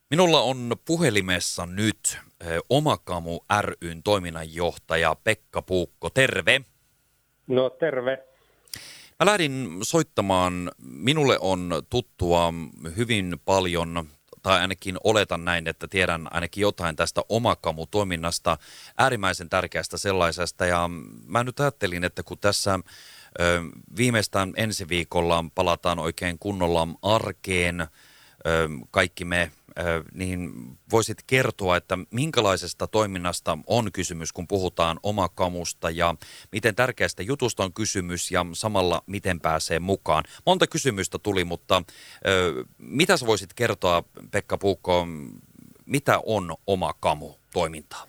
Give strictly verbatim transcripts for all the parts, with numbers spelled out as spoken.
Minulla on puhelimessa nyt eh, Omakamu ry:n toiminnanjohtaja Pekka Puukko. Terve. No terve. Mä lähdin soittamaan. Minulle on tuttua hyvin paljon, tai ainakin oletan näin, että tiedän ainakin jotain tästä Omakamu-toiminnasta, äärimmäisen tärkeästä sellaisesta. Ja mä nyt ajattelin, että kun tässä ö, viimeistään ensi viikolla palataan oikein kunnolla arkeen, ö, kaikki me, ö, niin voisit kertoa, että minkälaisesta toiminnasta on kysymys, kun puhutaan Omakamusta ja miten tärkeästä jutusta on kysymys ja samalla miten pääsee mukaan. Monta kysymystä tuli, mutta ö, mitä sä voisit kertoa, Pekka Puukko, mitä on Omakamu-toimintaa?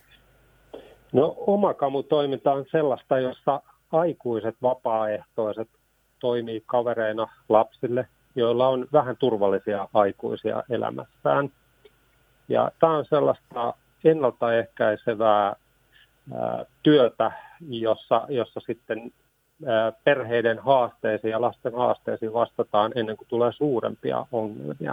No Omakamu-toiminta on sellaista, jossa aikuiset vapaaehtoiset toimii kavereina lapsille, joilla on vähän turvallisia aikuisia elämässään. Ja tämä on sellaista ennaltaehkäisevää ää, työtä, jossa, jossa sitten ää, perheiden haasteisiin ja lasten haasteisiin vastataan ennen kuin tulee suurempia ongelmia.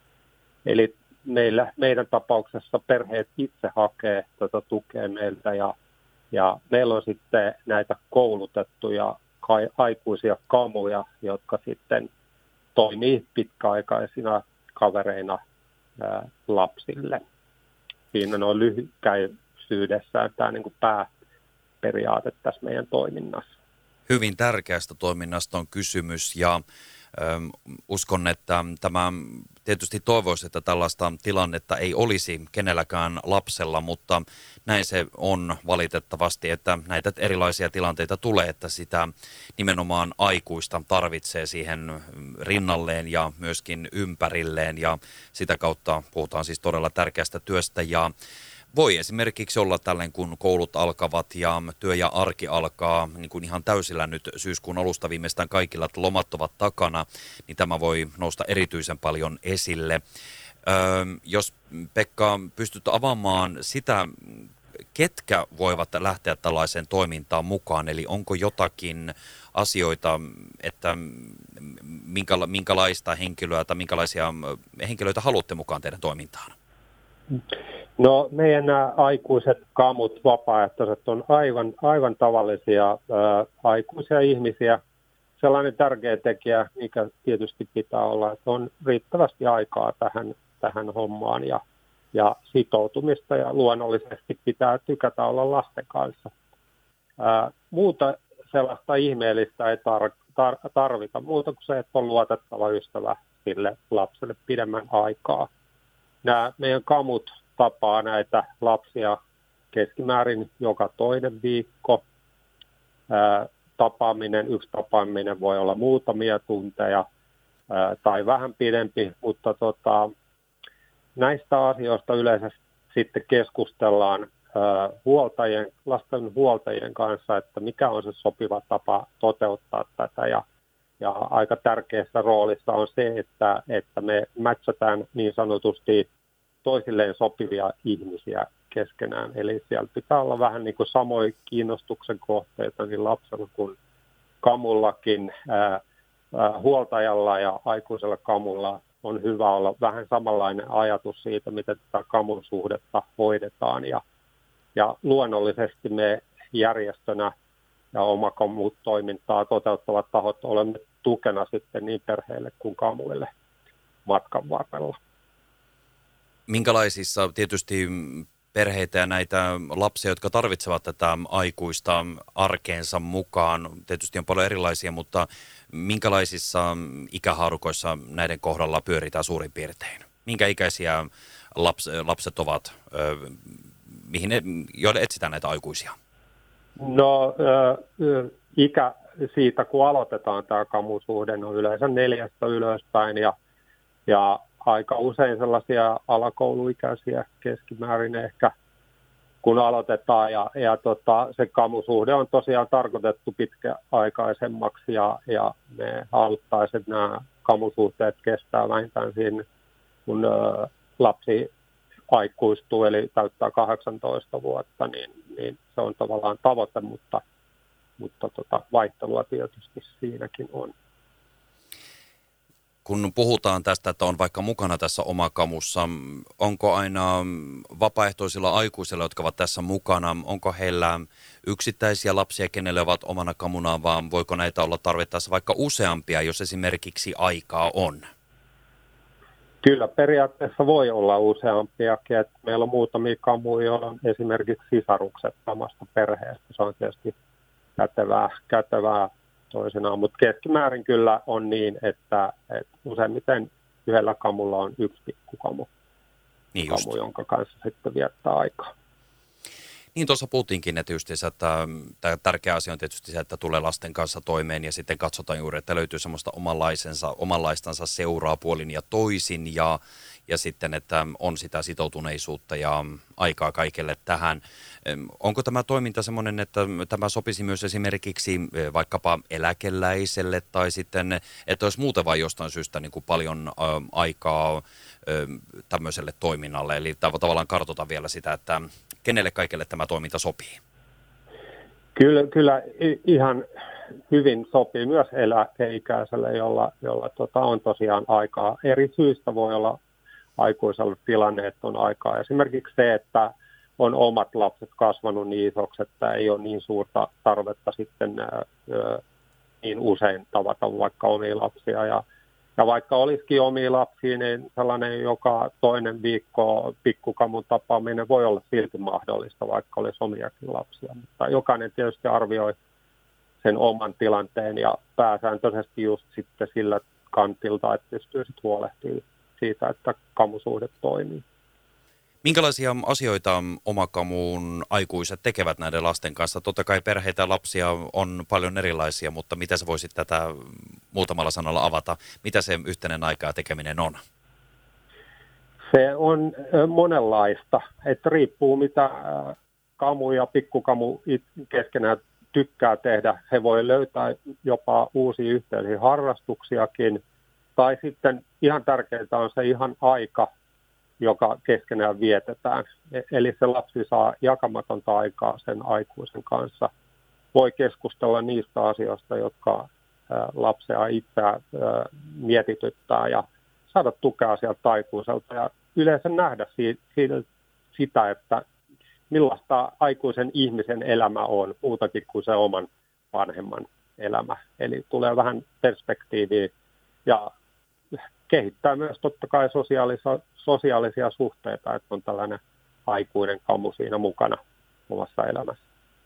Eli meillä, meidän tapauksessa perheet itse hakee tätä tukea meiltä ja, ja meillä on sitten näitä koulutettuja aikuisia kamuja, jotka sitten toimii pitkäaikaisina kavereina ää, lapsille. Siinä on lyhykäisyydessään tämä niin kuin pääperiaate tässä meidän toiminnassa. Hyvin tärkeästä toiminnasta on kysymys ja ö, uskon, että tämä tietysti toivoisi, että tällaista tilannetta ei olisi kenelläkään lapsella, mutta näin se on valitettavasti, että näitä erilaisia tilanteita tulee, että sitä nimenomaan aikuista tarvitsee siihen rinnalleen ja myöskin ympärilleen ja sitä kautta puhutaan siis todella tärkeästä työstä ja voi esimerkiksi olla tällainen, kun koulut alkavat ja työ ja arki alkaa niin kuin ihan täysillä nyt syyskuun alusta viimeistään kaikilla, että lomat ovat takana, niin tämä voi nousta erityisen paljon esille. Öö, jos Pekka pystyt avaamaan sitä, ketkä voivat lähteä tällaiseen toimintaan mukaan, eli onko jotakin asioita, että minkäla- minkälaista henkilöä tai minkälaisia henkilöitä haluatte mukaan teidän toimintaan? No meidän nämä aikuiset kamut, vapaaehtoiset on aivan, aivan tavallisia ää, aikuisia ihmisiä. Sellainen tärkeä tekijä, mikä tietysti pitää olla, että on riittävästi aikaa tähän, tähän hommaan ja, ja sitoutumista ja luonnollisesti pitää tykätä olla lasten kanssa. Ää, muuta sellaista ihmeellistä ei tar, tar, tarvita, muuta kuin se, että on luotettava ystävä sille lapselle pidemmän aikaa. Nämä meidän kamut tapaa näitä lapsia keskimäärin joka toinen viikko. Ää, tapaaminen, yksi tapaaminen voi olla muutamia tunteja ää, tai vähän pidempi, mutta tota, näistä asioista yleensä sitten keskustellaan ää, huoltajien, lasten huoltajien kanssa, että mikä on se sopiva tapa toteuttaa tätä. Ja, ja aika tärkeässä roolissa on se, että, että me matchataan niin sanotusti toisilleen sopivia ihmisiä keskenään. Eli siellä pitää olla vähän niin kuin samoja kiinnostuksen kohteita niin lapsella kuin kamullakin. Ää, ää, huoltajalla ja aikuisella kamulla on hyvä olla vähän samanlainen ajatus siitä, miten tätä kamun suhdetta hoidetaan. Ja, ja luonnollisesti me järjestönä ja Omakamu-toimintaa toteuttavat tahot olemme tukena sitten niin perheille kuin kamuille matkan varrella. Minkälaisissa tietysti perheitä ja näitä lapsia, jotka tarvitsevat tätä aikuista arkeensa mukaan, tietysti on paljon erilaisia, mutta minkälaisissa ikähaarukoissa näiden kohdalla pyöritään suurin piirtein? Minkä ikäisiä laps, lapset ovat, mihin ne, joille etsitään näitä aikuisia? No ikä siitä, kun aloitetaan tämä kamusuhde, on yleensä neljästä ylöspäin ja, ja aika usein sellaisia alakouluikäisiä keskimäärin ehkä, kun aloitetaan. Ja, ja tota, se kamusuhde on tosiaan tarkoitettu pitkäaikaisemmaksi ja, ja me haluttaisiin, että nämä kamusuhteet kestää vähintään siinä, kun ä, lapsi aikuistuu, eli täyttää kahdeksantoista vuotta, niin, niin se on tavallaan tavoite, mutta, mutta tota, vaihtelua tietysti siinäkin on. kun puhutaan tästä, että on vaikka mukana tässä omakamussa, onko aina vapaaehtoisilla aikuisilla, jotka ovat tässä mukana, onko heillä yksittäisiä lapsia, kenelle ovat omana kamunaan, vaan voiko näitä olla tarvittaessa vaikka useampia, jos esimerkiksi aikaa on? Kyllä periaatteessa voi olla useampiakin. Että meillä on muutamia kamuja, joilla on esimerkiksi sisarukset samasta perheestä. Se on tietysti kätevää, kätevää toisinaan, mutta keskimäärin kyllä on niin, että, että useimmiten yhdellä kamulla on yksi pikkukamu, niin kamu, jonka kanssa sitten viettää aikaa. Niin tuossa puhuttiinkin, että, justiinsa, että tämä tärkeä asia on tietysti se, että tulee lasten kanssa toimeen ja sitten katsotaan juuri, että löytyy semmoista omanlaisensa, omanlaistansa seuraa puolin ja toisin ja, ja sitten, että on sitä sitoutuneisuutta ja aikaa kaikille tähän. Onko tämä toiminta semmoinen, että tämä sopisi myös esimerkiksi vaikkapa eläkeläiselle tai sitten, että olisi muuten vain jostain syystä niin kuin paljon ä, aikaa ä, tämmöiselle toiminnalle, eli tavallaan kartoita vielä sitä, että kenelle kaikille tämä toiminta sopii? Kyllä, kyllä ihan hyvin sopii myös eläkeikäiselle, jolla, jolla tota on tosiaan aikaa. Eri syistä voi olla aikuisella tilanne, että on aikaa. Esimerkiksi se, että on omat lapset kasvanut niin isoksi, että ei ole niin suurta tarvetta sitten ää, niin usein tavata vaikka omia lapsia. Ja, ja vaikka olisikin omia lapsia, niin sellainen joka toinen viikko pikkukamun tapaaminen voi olla silti mahdollista, vaikka olisi omiakin lapsia. Mutta jokainen tietysti arvioi sen oman tilanteen ja pääsääntöisesti just sitten sillä kantilta, että pystyy sitten huolehtimaan siitä, että kamusuhde toimii. Minkälaisia asioita omakamun aikuiset tekevät näiden lasten kanssa? Totta kai perheitä ja lapsia on paljon erilaisia, mutta mitä sä voisit tätä muutamalla sanalla avata? Mitä se yhteinen aika ja tekeminen on? Se on monenlaista. Että riippuu mitä kamu ja pikkukamu keskenään tykkää tehdä. He voi löytää jopa uusia yhteisiä harrastuksiakin. Tai sitten ihan tärkeintä on se ihan aika, joka keskenään vietetään. Eli se lapsi saa jakamatonta aikaa sen aikuisen kanssa. Voi keskustella niistä asioista, jotka lapsea itseään mietityttää ja saada tukea sieltä aikuiselta. Ja yleensä nähdä sitä, että millaista aikuisen ihmisen elämä on, muutakin kuin se oman vanhemman elämä. Eli tulee vähän perspektiiviä ja kehittää myös totta kai sosiaalisia, sosiaalisia suhteita, että on tällainen aikuinen kamu siinä mukana omassa elämässä.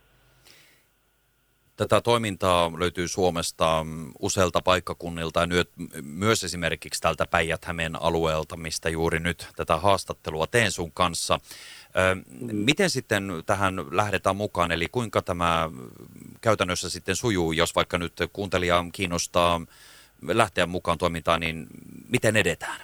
Tätä toimintaa löytyy Suomesta useilta paikkakunnilta ja myös esimerkiksi tältä Päijät-Hämeen alueelta, mistä juuri nyt tätä haastattelua teen sun kanssa. Miten sitten tähän lähdetään mukaan, eli kuinka tämä käytännössä sitten sujuu, jos vaikka nyt kuuntelija kiinnostaa lähteä mukaan toimintaan, niin miten edetään?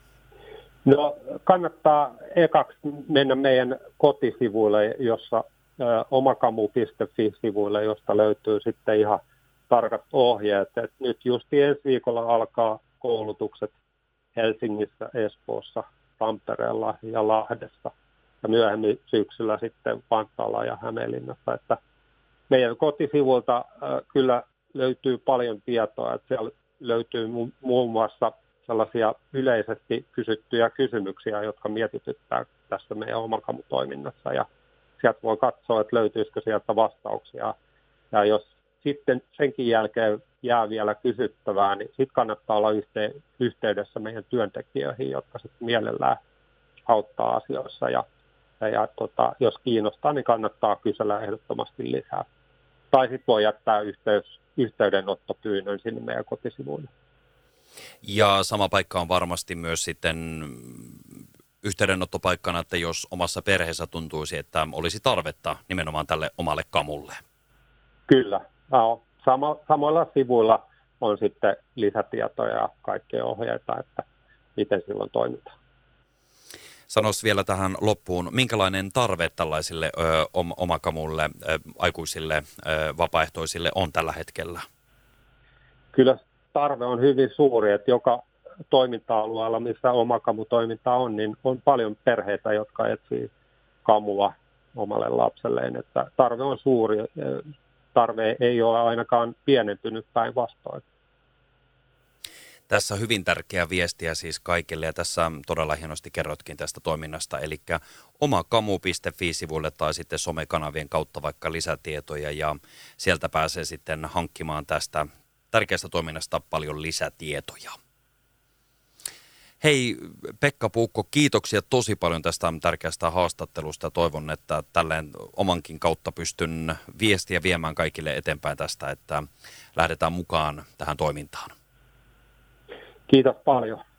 No kannattaa ekaksi mennä meidän kotisivuille, jossa omakamu piste fi-sivuille, josta löytyy sitten ihan tarkat ohjeet. Et nyt just ensi viikolla alkaa koulutukset Helsingissä, Espoossa, Tampereella ja Lahdessa ja myöhemmin syksyllä sitten Vantaalla ja Hämeenlinnassa. Että meidän kotisivuilta äh, kyllä löytyy paljon tietoa, että siellä löytyy mu- muun muassa sellaisia yleisesti kysyttyjä kysymyksiä, jotka mietityttää tässä meidän omakamutoiminnassa ja sieltä voi katsoa, että löytyisikö sieltä vastauksia. Ja jos sitten senkin jälkeen jää vielä kysyttävää, niin sitten kannattaa olla yhte- yhteydessä meidän työntekijöihin, jotka sitten mielellään auttaa asioissa. Ja, ja, ja tota, jos kiinnostaa, niin kannattaa kysellä ehdottomasti lisää. Tai sitten voi jättää yhteys, yhteydenottopyynnön sinne meidän kotisivuille. Ja sama paikka on varmasti myös sitten yhteydenottopaikkana, että jos omassa perheessä tuntuisi, että olisi tarvetta nimenomaan tälle omalle kamulle. Kyllä. No, sama, samoilla sivuilla on sitten lisätietoja ja kaikkea ohjeita, että miten silloin toimitaan. Sanois vielä tähän loppuun, minkälainen tarve tällaisille ö, omakamulle, ö, aikuisille, ö, vapaaehtoisille on tällä hetkellä? Kyllä tarve on hyvin suuri, että joka toiminta-alueella, missä omakamutoiminta on, niin on paljon perheitä, jotka etsii kamua omalle lapselleen. Että tarve on suuri. Tarve ei ole ainakaan pienentynyt päinvastoin. Tässä hyvin tärkeä viestiä siis kaikille ja tässä todella hienosti kerrotkin tästä toiminnasta. Eli omakamu piste fi-sivuille tai sitten somekanavien kautta vaikka lisätietoja ja sieltä pääsee sitten hankkimaan tästä tärkeästä toiminnasta paljon lisätietoja. Hei Pekka Puukko, kiitoksia tosi paljon tästä tärkeästä haastattelusta. Toivon, että tälleen omankin kautta pystyn viestiä viemään kaikille eteenpäin tästä, että lähdetään mukaan tähän toimintaan. Kiitos paljon.